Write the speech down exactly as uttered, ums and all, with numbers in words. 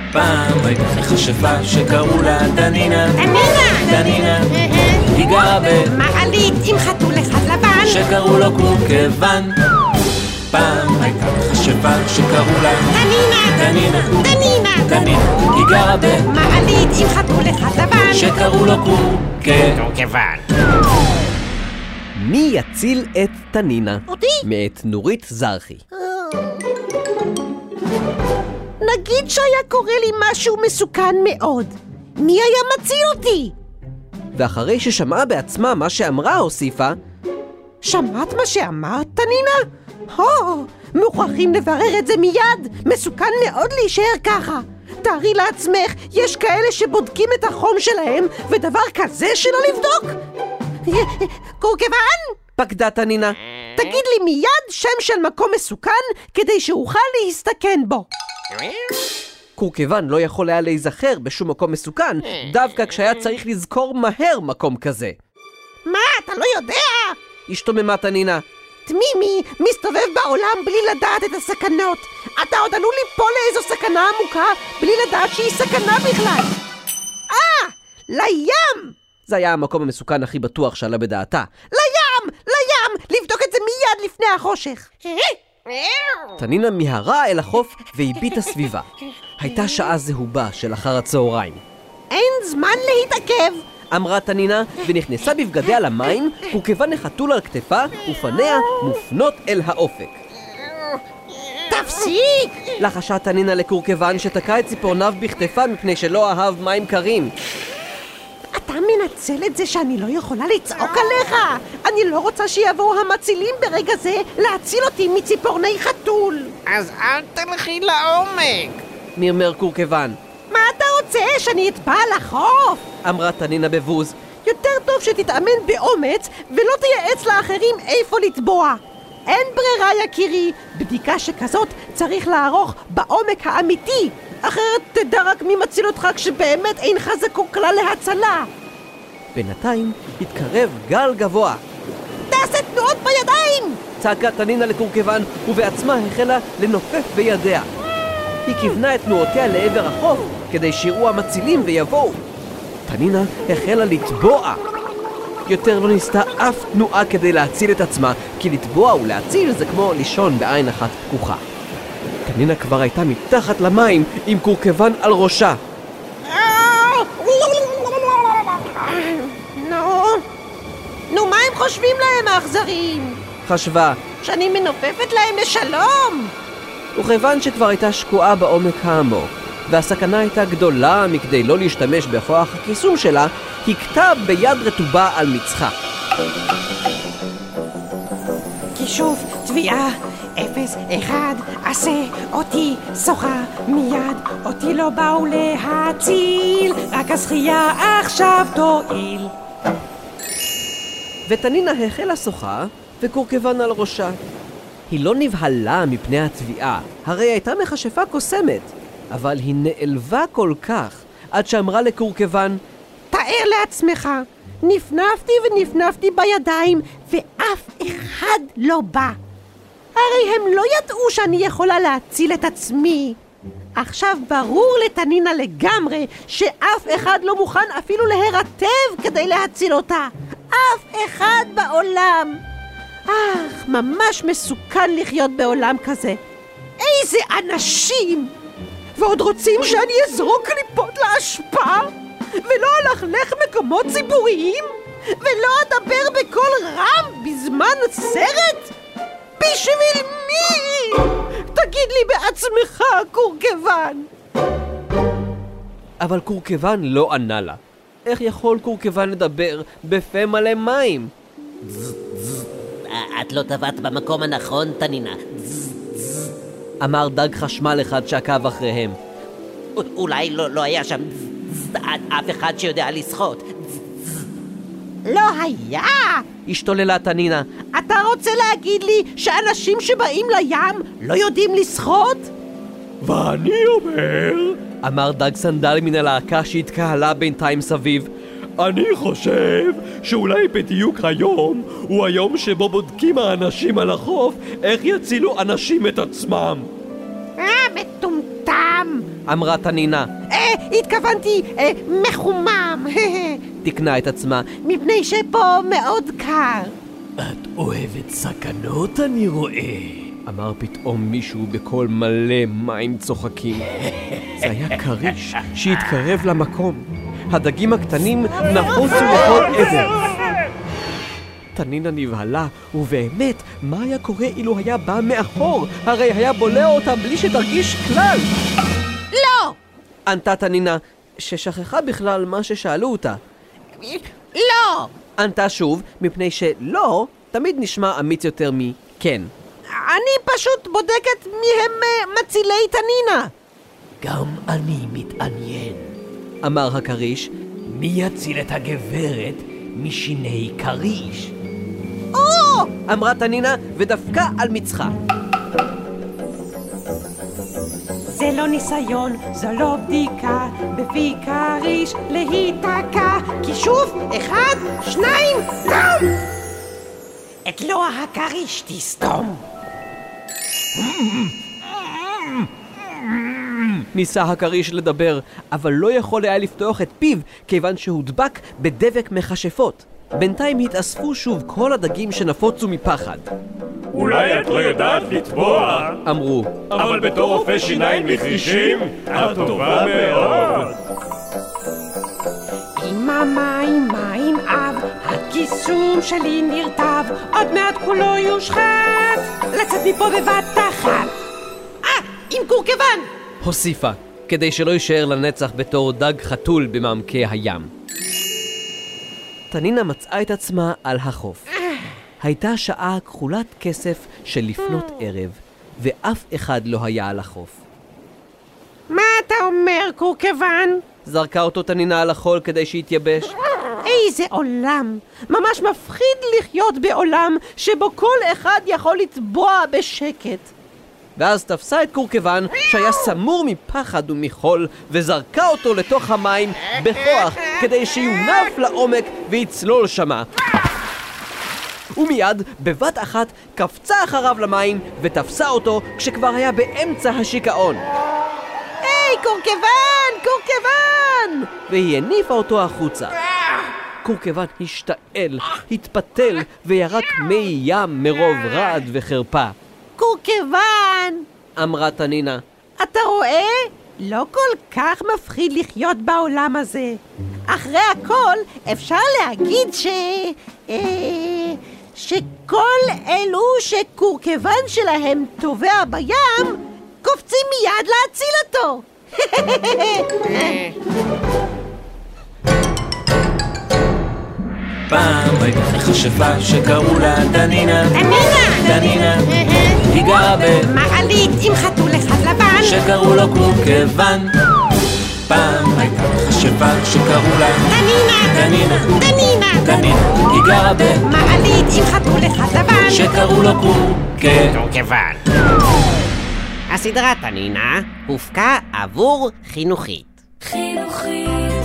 פעם הייתה מכשפה שקראו לה תנינה. תנינה! תנינה. היא גרה במעלית עם חתול אחד לבן שקראו לו קורקוון. פעם הייתה מכשפה שקראו לה תנינה! תנינה. תנינה! תנינה. היא גרה במעלית עם חתול אחד לבן שקראו לו קורקוון. מי יציל את תנינה? אותי? מאת נורית זרחי. נגיד שהיה קורה לי משהו מסוכן מאוד, מי היה מציל אותי? ואחרי ששמעה בעצמה מה שאמרה הוסיפה, שמעת מה שאמרת, תנינה? הו, מוכרחים לברר את זה מיד, מסוכן מאוד להישאר ככה. תארי לעצמך, יש כאלה שבודקים את החום שלהם, ודבר כזה שלא לבדוק? קורקוון? פקדה תנינה. תגיד לי מיד שם של מקום מסוכן, כדי שאוכל להסתכן בו. קורקוון לא יכול היה להיזכר בשום מקום מסוכן, דווקא כשהיה צריך לזכור מהר מקום כזה. מה, אתה לא יודע? השתוממה תנינה. תמימי מסתובב בעולם בלי לדעת את הסכנות. אתה עוד עלול ליפול לאיזו סכנה עמוקה בלי לדעת שהיא סכנה בכלל. אה, לים! זה היה המקום המסוכן הכי בטוח שעלה בדעתה. לים! לים! לבדוק את זה מיד לפני החושך. תנינה מיהרה אל החוף והביטה סביבה. הייתה שעה זהובה של אחר הצהריים. אין זמן להתעכב, אמרה תנינה ונכנסה בבגדיה למים, קורקוון החתול על כתפה ופניה מופנות אל האופק. תפסיק! לחשה תנינה לקורקוון שתקע את ציפורניו בכתפה מפני שלא אהב מים קרים. אתה מנצל את זה שאני לא יכולה לצעוק עליך. אני לא רוצה שיבואו המצילים ברגע זה להציל אותי מציפורני חתול. אז אל תלכי לעומק. מרמר קורקוון. מה אתה רוצה, שאני אטבע לחוף? אמרה תנינה בבוז. יותר טוב שתתאמן באומץ ולא תייעץ לאחרים איפה לטבוע. אין ברירה יקירי, בדיקה שכזאת צריך לערוך בעומק האמיתי, אחרת תדע רק מי מציל אותך כשבאמת אינך זקוק כלל להצלה. בינתיים התקרב גל גבוה. תעשה תנועות בידיים! צעקה תנינה לקורקוון ובעצמה החלה לנופף בידיה. היא כיוונה את תנועותיה לעבר החוף כדי שיראו המצילים ויבואו. תנינה החלה לטבוע. יותר לא ניסתה אף תנועה כדי להציל את עצמה, כי לטבוע ולהציל זה כמו לישון בעין אחת פקוחה. תנינה כבר הייתה מתחת למים עם קורקוון על ראשה. נו, נו, מה הם חושבים להם האכזרים? חשבה. שאני מנופפת להם לשלום. וכיוון שכבר הייתה שקועה בעומק העמוק, והסכנה הייתה גדולה מכדי לא להשתמש בכוח הכיסום שלה, הכתה ביד רטובה על מצחה. כישוף, תביעה, אפס, אחד, עשה אותי שוחה מיד, אותי לא באו להציל, רק השחייה עכשיו תועיל. ותנינה החלה שוחה וקורקוון על ראשה. היא לא נבהלה מפני התביעה, הרי הייתה מכשפה קוסמת, אבל היא נעלבה כל כך עד שאמרה לקורקוון, תאר לעצמך, נפנפתי ונפנפתי בידיים ואף אחד לא בא. הרי הם לא ידעו שאני יכולה להציל את עצמי. עכשיו ברור לתנינה לגמרי שאף אחד לא מוכן אפילו להירטב כדי להציל אותה. אף אחד בעולם. אך, ממש מסוכן לחיות בעולם כזה. איזה אנשים! ועוד רוצים שאני אזרוק קליפות לאשפה? ולא אלכלך מקומות ציבוריים? ולא אדבר בקול רם בזמן סרט? בשביל מי? תגיד לי בעצמך, קורקוון. אבל קורקוון לא ענה לה. איך יכול קורקוון לדבר בפה מלא מים? את לא טבעת במקום הנכון, תנינה. אמר דג חשמל אחד שעקב אחריהם. אולי לא היה שם אף אחד שיודע לשחות. לא היה! השתוללה תנינה. אתה רוצה להגיד לי שאנשים שבאים לים לא יודעים לשחות? ואני אומר, אמר דג סנדל מן הלהקה שהתקהלה בינתיים סביב, אני חושב שאולי בדיוק היום הוא היום שבו בודקים האנשים על החוף איך יצילו אנשים את עצמם. אה, מטומטם! אמרה תנינה. אה, התכוונתי, אה, מחומם. תקנה את עצמה. מפני שפה מאוד קר. את אוהבת סכנות, אני רואה. אמר פתאום מישהו בקול מלא מים צוחקים. זה היה כריש שהתקרב למקום. הדגים הקטנים נחוצו לכל עבר. תנינה נבהלה, ובאמת, מה היה קורה אילו היה בא מאחור? הרי היה בולע אותה בלי שתרגיש כלל. לא! ענתה תנינה, ששכחה בכלל מה ששאלו אותה. לא! ענתה שוב, מפני שלא תמיד נשמע אמיץ יותר מכן. אני פשוט בודקת מי הם uh, מצילי תנינה. גם אני מתעניין. אמר הכריש. מי יציל את הגברת משיני כריש? או! אמרה תנינה ודפקה על מצחה. זה לא ניסיון, זו לא בדיקה, בפי כריש להיתקע. כי שוב, אחד, שניים, דום! את לא הכריש תסתום. ניסה הכריש לדבר, אבל לא יכול היה לפתוח את פיו, כיוון שהודבק בדבק מכשפות. בינתיים התאספו שוב כל הדגים שנפוצו מפחד. אולי את לא יודעת לטבוע, אמרו, אבל בתור רופא שיניים לכרישים, את טובה מאוד. עם המים, מים אב, הכיסום שלי נרטב, עוד מעט כולו יושחת, לצאת מפה בבת אחת. אה, עם קורקבן! הוסיפה, כדי שלא יישאר לנצח בתור דג חתול במעמקי הים. תנינה מצאה את עצמה על החוף. הייתה שעה כחולת כסף של לפנות ערב, ואף אחד לא היה על החוף. מה אתה אומר, קורקבן? זרקה אותו תנינה על החול כדי שיתייבש. איזה עולם! ממש מפחיד לחיות בעולם שבו כל אחד יכול לטבוע בשקט. ואז תפסה את קורקבן שהיה סמור מפחד ומחול וזרקה אותו לתוך המים בכוח כדי שיונף לעומק ויצלול שמה. ומיד בבת אחת קפצה אחריו למים ותפסה אותו כשכבר היה באמצע השיקעון. היי, קורקבן! קורקבן! והיא הניפה אותו החוצה. קורקבן השתעל, התפתל וירק מי ים מרוב רעד וחרפה. קורקבן! אמרה תנינה. אתה רואה? לא כל כך מפחיד לחיות בעולם הזה. אחרי הכל אפשר להגיד ש... אה... שכל אלו שקורקבן שלהם טובע בים קופצים מיד להציל אותו. פעם הייתה מכשפה שקראו לה תנינה. תנינה! תנינה. היא גרה במעלית עם חתול אחד לבן שקראו לו קורקבן. פעם הייתה מכשפה שקראו לה תנינה! תנינה. תנינה! תנינה. היא גרה במעלית עם חתול אחד לבן שקראו לו קורקבן. הסדרה תנינה הופקה עבור חינוכית. חינוכית